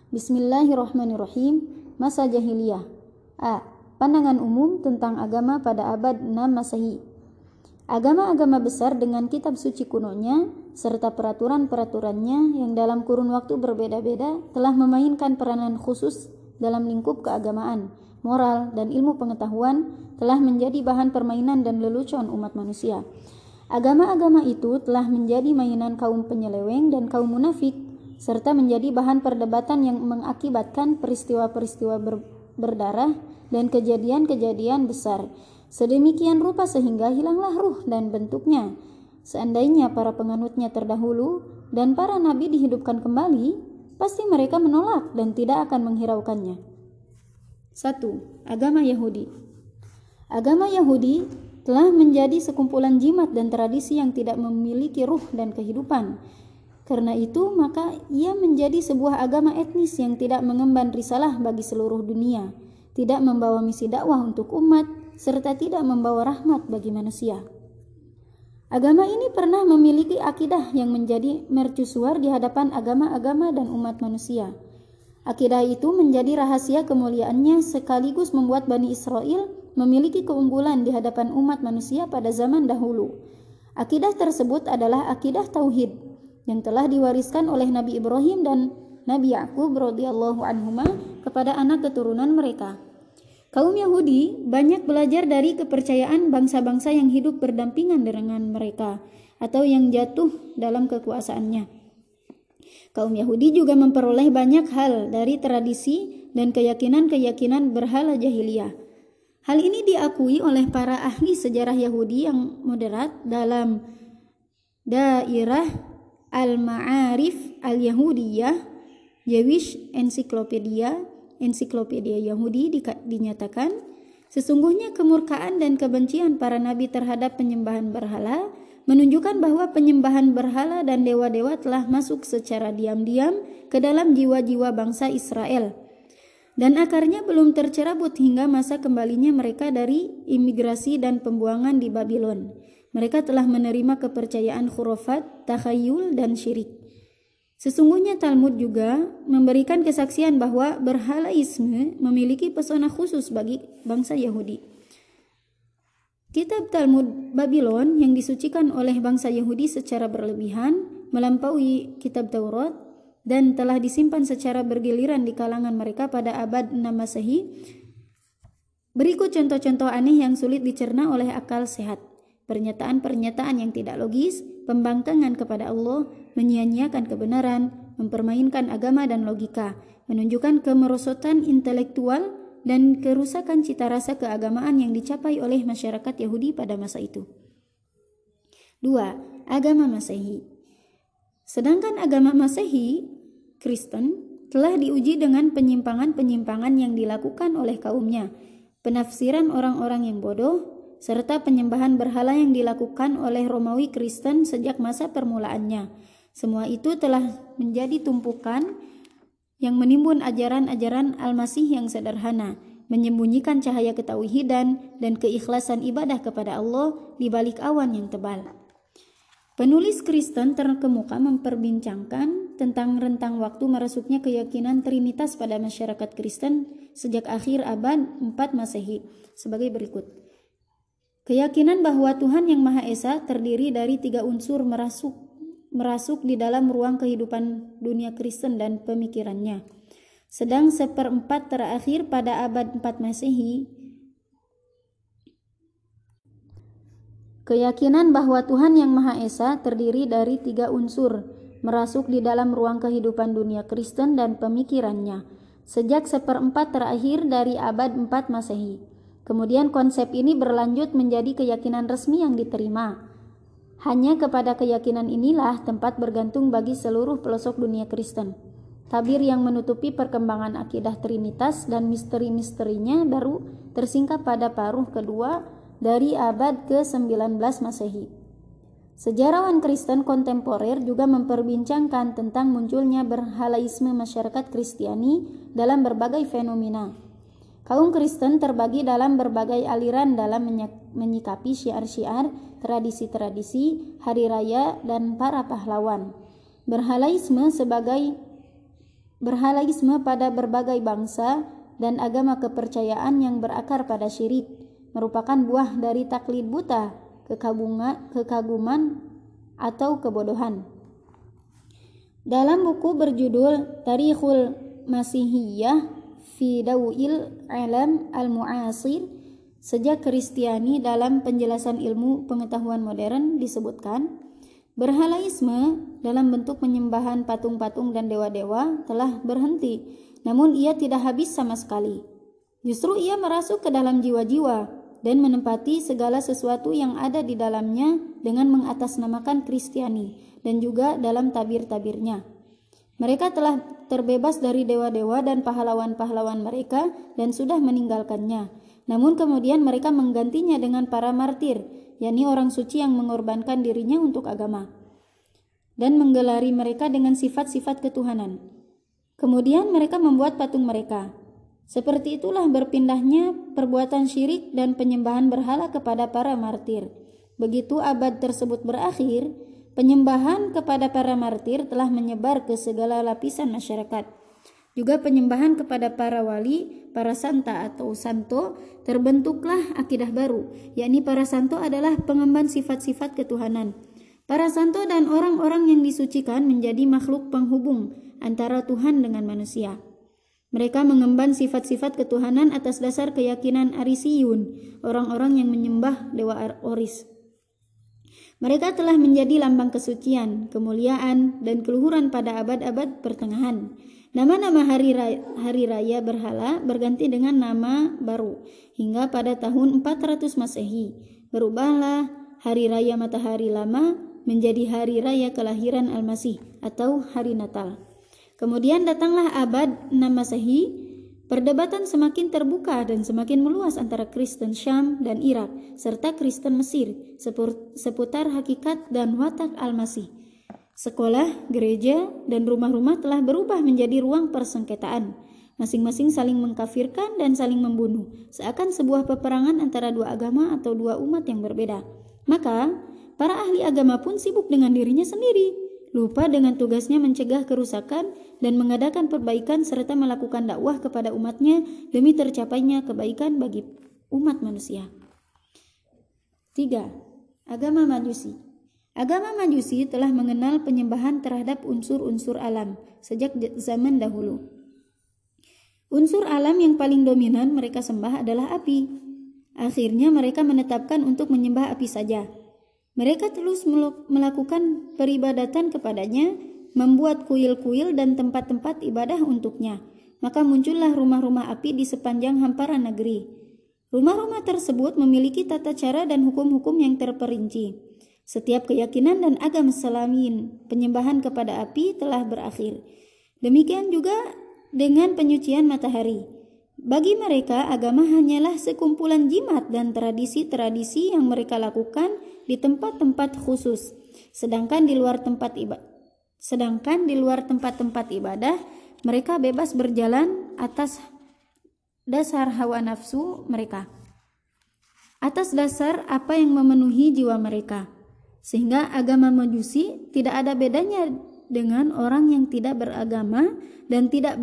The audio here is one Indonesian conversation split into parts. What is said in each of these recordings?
Bismillahirrahmanirrahim. Masa jahiliyah. A. Pandangan umum tentang agama pada abad 6 Masehi. Agama-agama besar dengan kitab suci kunonya serta peraturan-peraturannya yang dalam kurun waktu berbeda-beda telah memainkan peranan khusus dalam lingkup keagamaan, moral, dan ilmu pengetahuan, telah menjadi bahan permainan dan lelucon umat manusia. Agama-agama itu telah menjadi mainan kaum penyeleweng dan kaum munafik, serta menjadi bahan perdebatan yang mengakibatkan peristiwa-peristiwa berdarah dan kejadian-kejadian besar sedemikian rupa sehingga hilanglah ruh dan bentuknya. Seandainya para penganutnya terdahulu dan para nabi dihidupkan kembali, pasti mereka menolak dan tidak akan menghiraukannya. 1. Agama Yahudi. Agama Yahudi telah menjadi sekumpulan jimat dan tradisi yang tidak memiliki ruh dan kehidupan. Karena itu, maka ia menjadi sebuah agama etnis yang tidak mengemban risalah bagi seluruh dunia, tidak membawa misi dakwah untuk umat, serta tidak membawa rahmat bagi manusia. Agama ini pernah memiliki akidah yang menjadi mercusuar di hadapan agama-agama dan umat manusia. Akidah itu menjadi rahasia kemuliaannya sekaligus membuat Bani Israel memiliki keunggulan di hadapan umat manusia pada zaman dahulu. Akidah tersebut adalah akidah tauhid yang telah diwariskan oleh Nabi Ibrahim dan Nabi Ya'qub radhiyallahu anhuma kepada anak keturunan mereka. Kaum Yahudi banyak belajar dari kepercayaan bangsa-bangsa yang hidup berdampingan dengan mereka atau yang jatuh dalam kekuasaannya. Kaum Yahudi juga memperoleh banyak hal dari tradisi dan keyakinan-keyakinan berhala jahiliyah. Hal ini diakui oleh para ahli sejarah Yahudi yang moderat dalam Dairah Al-Ma'arif Al-Yahudiyah, Jewish Encyclopedia Yahudi dinyatakan, sesungguhnya kemurkaan dan kebencian para nabi terhadap penyembahan berhala menunjukkan bahwa penyembahan berhala dan dewa-dewa telah masuk secara diam-diam ke dalam jiwa-jiwa bangsa Israel, dan akarnya belum tercerabut hingga masa kembalinya mereka dari imigrasi dan pembuangan di Babylon. Mereka telah menerima kepercayaan khurafat, takhayul, dan syirik. Sesungguhnya Talmud juga memberikan kesaksian bahwa berhalaisme memiliki pesona khusus bagi bangsa Yahudi. Kitab Talmud Babylon yang disucikan oleh bangsa Yahudi secara berlebihan melampaui kitab Taurat dan telah disimpan secara bergiliran di kalangan mereka pada abad 6 Masehi. Berikut contoh-contoh aneh yang sulit dicerna oleh akal sehat. Pernyataan-pernyataan yang tidak logis, pembangkangan kepada Allah, menyia-nyiakan kebenaran, mempermainkan agama dan logika, menunjukkan kemerosotan intelektual dan kerusakan cita rasa keagamaan yang dicapai oleh masyarakat Yahudi pada masa itu. 2. Agama Masehi. Sedangkan agama Masehi, Kristen, telah diuji dengan penyimpangan-penyimpangan yang dilakukan oleh kaumnya, penafsiran orang-orang yang bodoh, serta penyembahan berhala yang dilakukan oleh Romawi Kristen sejak masa permulaannya. Semua itu telah menjadi tumpukan yang menimbun ajaran-ajaran Al-Masih yang sederhana, menyembunyikan cahaya ketauhidan dan keikhlasan ibadah kepada Allah di balik awan yang tebal. Penulis Kristen terkemuka memperbincangkan tentang rentang waktu meresupnya keyakinan Trinitas pada masyarakat Kristen sejak akhir abad 4 Masehi sebagai berikut. Keyakinan bahwa Tuhan Yang Maha Esa terdiri dari 3 unsur merasuk di dalam ruang kehidupan dunia Kristen dan pemikirannya. Sedang seperempat terakhir pada abad 4 Masehi, keyakinan bahwa Tuhan Yang Maha Esa terdiri dari 3 unsur merasuk di dalam ruang kehidupan dunia Kristen dan pemikirannya. Sejak seperempat terakhir dari abad 4 Masehi. Kemudian konsep ini berlanjut menjadi keyakinan resmi yang diterima. Hanya kepada keyakinan inilah tempat bergantung bagi seluruh pelosok dunia Kristen. Tabir yang menutupi perkembangan akidah Trinitas dan misteri-misterinya baru tersingkap pada paruh kedua dari abad ke-19 Masehi. Sejarawan Kristen kontemporer juga memperbincangkan tentang munculnya berhalaisme masyarakat Kristiani dalam berbagai fenomena. Kaum Kristen terbagi dalam berbagai aliran dalam menyikapi syiar-syiar, tradisi-tradisi, hari raya, dan para pahlawan. Berhalaisme sebagai berhalaisme pada berbagai bangsa, dan agama kepercayaan yang berakar pada syirik merupakan buah dari taklid buta, kekaguman atau kebodohan. Dalam buku berjudul Tarikhul Masihiyah fi Daw'il Alam Al-Mu'asir, Sejak Kristiani dalam Penjelasan Ilmu Pengetahuan Modern, disebutkan berhalaisme dalam bentuk penyembahan patung-patung dan dewa-dewa telah berhenti, namun ia tidak habis sama sekali. Justru ia merasuk ke dalam jiwa-jiwa dan menempati segala sesuatu yang ada di dalamnya dengan mengatasnamakan Kristiani dan juga dalam tabir-tabirnya. Mereka telah terbebas dari dewa-dewa dan pahlawan-pahlawan mereka dan sudah meninggalkannya. Namun kemudian mereka menggantinya dengan para martir, yakni orang suci yang mengorbankan dirinya untuk agama, dan menggelari mereka dengan sifat-sifat ketuhanan. Kemudian mereka membuat patung mereka. Seperti itulah berpindahnya perbuatan syirik dan penyembahan berhala kepada para martir. Begitu abad tersebut berakhir, penyembahan kepada para martir telah menyebar ke segala lapisan masyarakat. Juga penyembahan kepada para wali, para santa atau santo, terbentuklah akidah baru, yakni para santo adalah pengemban sifat-sifat ketuhanan. Para santo dan orang-orang yang disucikan menjadi makhluk penghubung antara Tuhan dengan manusia. Mereka mengemban sifat-sifat ketuhanan atas dasar keyakinan Arisiyun, orang-orang yang menyembah dewa Oris. Mereka telah menjadi lambang kesucian, kemuliaan, dan keluhuran pada abad-abad pertengahan. Nama-nama hari raya berhala berganti dengan nama baru hingga pada tahun 400 Masehi. Berubahlah hari raya matahari lama menjadi hari raya kelahiran Al-Masih atau hari Natal. Kemudian datanglah abad 6 Masehi. Perdebatan semakin terbuka dan semakin meluas antara Kristen Syam dan Irak serta Kristen Mesir seputar hakikat dan watak Al-Masih. Sekolah, gereja, dan rumah-rumah telah berubah menjadi ruang persengketaan. Masing-masing saling mengkafirkan dan saling membunuh, seakan sebuah peperangan antara dua agama atau dua umat yang berbeda. Maka, para ahli agama pun sibuk dengan dirinya sendiri, lupa dengan tugasnya mencegah kerusakan dan mengadakan perbaikan serta melakukan dakwah kepada umatnya demi tercapainya kebaikan bagi umat manusia. 3. Agama Majusi. Agama Majusi telah mengenal penyembahan terhadap unsur-unsur alam sejak zaman dahulu. Unsur alam yang paling dominan mereka sembah adalah api. Akhirnya mereka menetapkan untuk menyembah api saja. Mereka terus melakukan peribadatan kepadanya, membuat kuil-kuil dan tempat-tempat ibadah untuknya. Maka muncullah rumah-rumah api di sepanjang hamparan negeri. Rumah-rumah tersebut memiliki tata cara dan hukum-hukum yang terperinci. Setiap keyakinan dan agama Islamin penyembahan kepada api telah berakhir. Demikian juga dengan penyucian matahari. Bagi mereka, agama hanyalah sekumpulan jimat dan tradisi-tradisi yang mereka lakukan di tempat-tempat khusus. Sedangkan di luar tempat-tempat ibadah, mereka bebas berjalan atas dasar hawa nafsu mereka, atas dasar apa yang memenuhi jiwa mereka. Sehingga agama Majusi tidak ada bedanya dengan orang yang tidak beragama dan tidak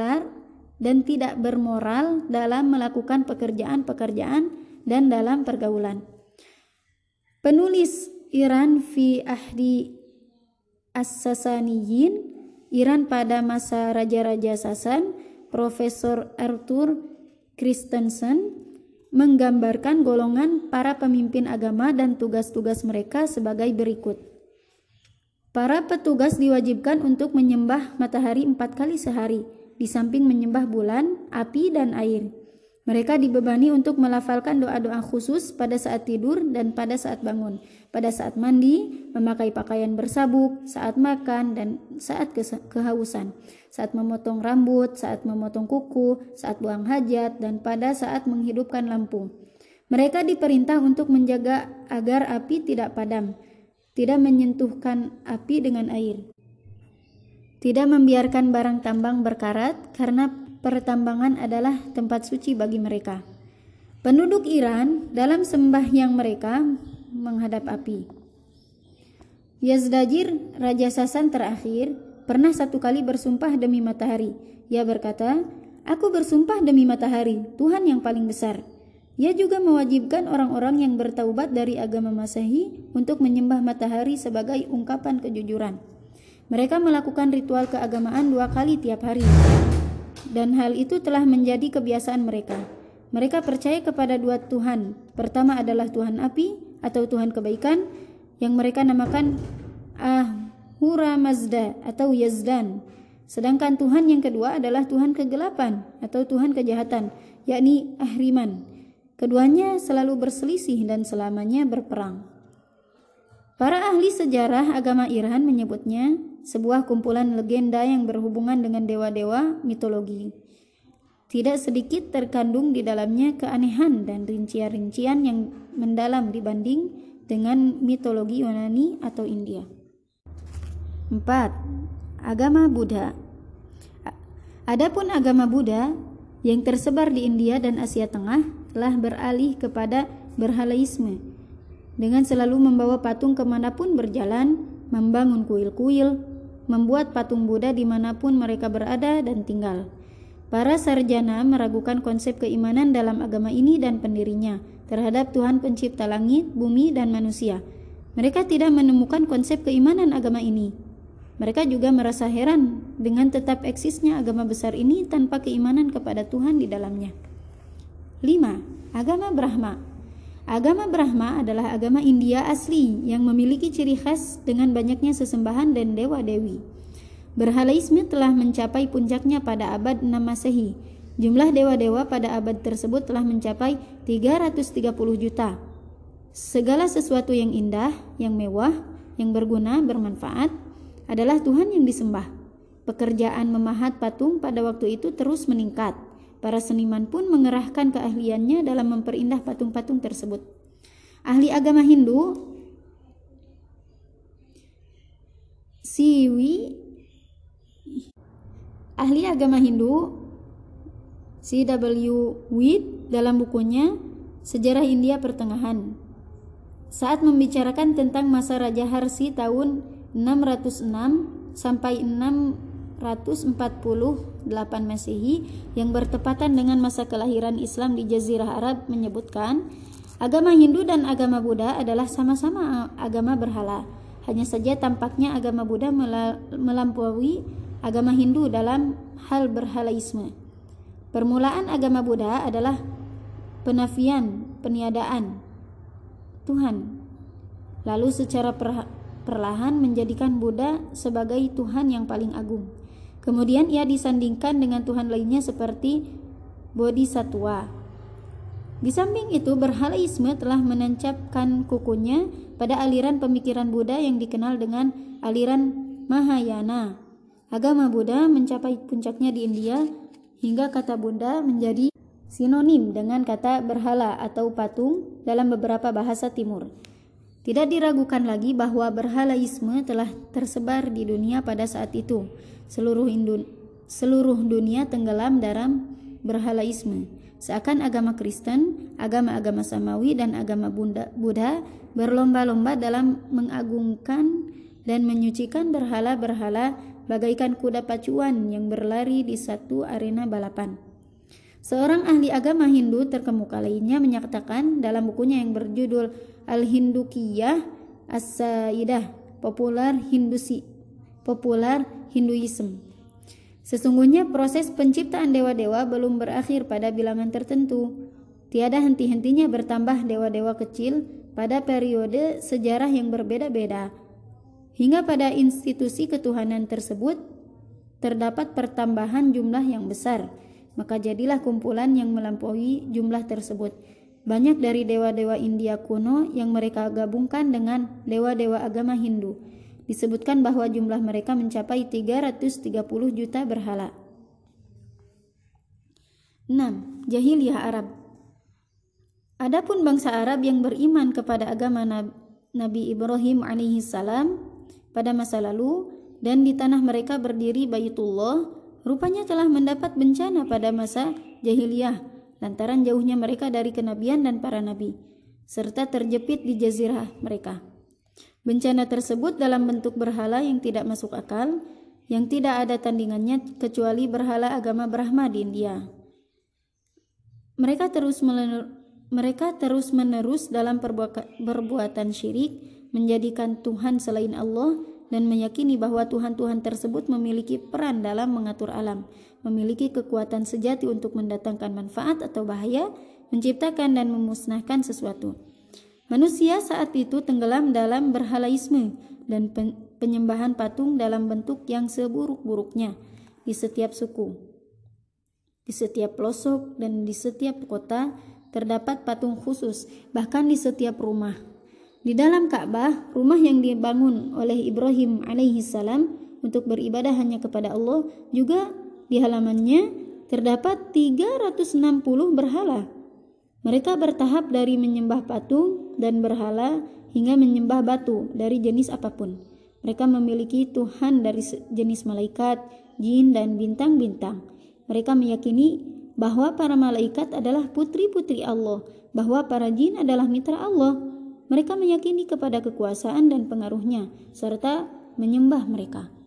bermoral dalam melakukan pekerjaan-pekerjaan dan dalam pergaulan. Penulis Iran fi Ahdi As-Sasaniyin, Iran pada masa Raja-Raja Sasan, Profesor Arthur Christensen, menggambarkan golongan para pemimpin agama dan tugas-tugas mereka sebagai berikut. Para petugas diwajibkan untuk menyembah matahari 4 kali sehari, di samping menyembah bulan, api, dan air. Mereka dibebani untuk melafalkan doa-doa khusus pada saat tidur dan pada saat bangun, pada saat mandi, memakai pakaian bersabuk, saat makan, dan saat kehausan, saat memotong rambut, saat memotong kuku, saat buang hajat, dan pada saat menghidupkan lampu. Mereka diperintah untuk menjaga agar api tidak padam, tidak menyentuhkan api dengan air, tidak membiarkan barang tambang berkarat karena pertambangan adalah tempat suci bagi mereka. Penduduk Iran dalam sembahyang mereka menghadap api. Yazdajir, Raja Sasan terakhir, pernah satu kali bersumpah demi matahari. Ia berkata, "Aku bersumpah demi matahari, Tuhan yang paling besar." Ia juga mewajibkan orang-orang yang bertaubat dari agama Masehi untuk menyembah matahari sebagai ungkapan kejujuran. Mereka melakukan ritual keagamaan 2 kali tiap hari, dan hal itu telah menjadi kebiasaan mereka. Mereka percaya kepada 2 Tuhan. Pertama adalah Tuhan api atau Tuhan kebaikan yang mereka namakan Ahura Mazda atau Yazdan. Sedangkan Tuhan yang kedua adalah Tuhan kegelapan atau Tuhan kejahatan, yakni Ahriman. Keduanya selalu berselisih dan selamanya berperang. Para ahli sejarah agama Iran menyebutnya sebuah kumpulan legenda yang berhubungan dengan dewa-dewa mitologi. Tidak sedikit terkandung di dalamnya keanehan dan rincian-rincian yang mendalam dibanding dengan mitologi Yunani atau India. 4. Agama Buddha. Adapun agama Buddha yang tersebar di India dan Asia Tengah telah beralih kepada berhalaisme dengan selalu membawa patung kemanapun berjalan, membangun kuil-kuil, membuat patung Buddha dimanapun mereka berada dan tinggal. Para sarjana meragukan konsep keimanan dalam agama ini dan pendirinya terhadap Tuhan pencipta langit, bumi, dan manusia. Mereka tidak menemukan konsep keimanan agama ini. Mereka juga merasa heran dengan tetap eksisnya agama besar ini tanpa keimanan kepada Tuhan di dalamnya. 5. Agama Brahma. Agama Brahma adalah agama India asli yang memiliki ciri khas dengan banyaknya sesembahan dan dewa-dewi. Berhalaisme telah mencapai puncaknya pada abad 6 Masehi. Jumlah dewa-dewa pada abad tersebut telah mencapai 330 juta. Segala sesuatu yang indah, yang mewah, yang berguna, bermanfaat adalah Tuhan yang disembah. Pekerjaan memahat patung pada waktu itu terus meningkat. Para seniman pun mengerahkan keahliannya dalam memperindah patung-patung tersebut. Ahli agama Hindu C.W. Wheat dalam bukunya Sejarah India Pertengahan saat membicarakan tentang masa Raja Harsi tahun 606 sampai 648 Masehi yang bertepatan dengan masa kelahiran Islam di Jazirah Arab menyebutkan agama Hindu dan agama Buddha adalah sama-sama agama berhala. Hanya saja tampaknya agama Buddha melampaui agama Hindu dalam hal berhalaisme. Permulaan agama Buddha adalah peniadaan Tuhan. Lalu secara perlahan menjadikan Buddha sebagai Tuhan yang paling agung. Kemudian ia disandingkan dengan Tuhan lainnya seperti Bodhisattva. Di samping itu, berhalaisme telah menancapkan kukunya pada aliran pemikiran Buddha yang dikenal dengan aliran Mahayana. Agama Buddha mencapai puncaknya di India hingga kata Buddha menjadi sinonim dengan kata berhala atau patung dalam beberapa bahasa timur. Tidak diragukan lagi bahwa berhalaisme telah tersebar di dunia pada saat itu. Seluruh dunia tenggelam dalam berhalaisme. Seakan agama Kristen, agama-agama Samawi, dan agama Buddha berlomba-lomba dalam mengagungkan dan menyucikan berhala-berhala bagaikan kuda pacuan yang berlari di satu arena balapan. Seorang ahli agama Hindu terkemuka lainnya menyatakan dalam bukunya yang berjudul Al-Hindukiyah As-Saidah, Popular Hinduism. Sesungguhnya proses penciptaan dewa-dewa belum berakhir pada bilangan tertentu. Tiada henti-hentinya bertambah dewa-dewa kecil pada periode sejarah yang berbeda-beda. Hingga pada institusi ketuhanan tersebut terdapat pertambahan jumlah yang besar. Maka jadilah kumpulan yang melampaui jumlah tersebut. Banyak dari dewa-dewa India kuno yang mereka gabungkan dengan dewa-dewa agama Hindu. Disebutkan bahwa jumlah mereka mencapai 330 juta berhala. 6. Jahiliyah Arab. Adapun bangsa Arab yang beriman kepada agama Nabi Ibrahim alaihissalam pada masa lalu dan di tanah mereka berdiri Baitullah, rupanya telah mendapat bencana pada masa jahiliyah lantaran jauhnya mereka dari kenabian dan para nabi, serta terjepit di jazirah mereka. Bencana tersebut dalam bentuk berhala yang tidak masuk akal, yang tidak ada tandingannya kecuali berhala agama Brahma di India. Mereka terus menerus dalam perbuatan syirik, menjadikan Tuhan selain Allah, dan meyakini bahwa Tuhan-Tuhan tersebut memiliki peran dalam mengatur alam, memiliki kekuatan sejati untuk mendatangkan manfaat atau bahaya, menciptakan dan memusnahkan sesuatu. Manusia saat itu tenggelam dalam berhalaisme dan penyembahan patung dalam bentuk yang seburuk-buruknya di setiap suku. Di setiap pelosok dan di setiap kota terdapat patung khusus, bahkan di setiap rumah. Di dalam Ka'bah, rumah yang dibangun oleh Ibrahim alaihissalam untuk beribadah hanya kepada Allah, juga di halamannya terdapat 360 berhala. Mereka bertahap dari menyembah patung dan berhala hingga menyembah batu dari jenis apapun. Mereka memiliki Tuhan dari jenis malaikat, jin, dan bintang-bintang. Mereka meyakini bahwa para malaikat adalah putri-putri Allah, bahwa para jin adalah mitra Allah. Mereka meyakini kepada kekuasaan dan pengaruhnya, serta menyembah mereka.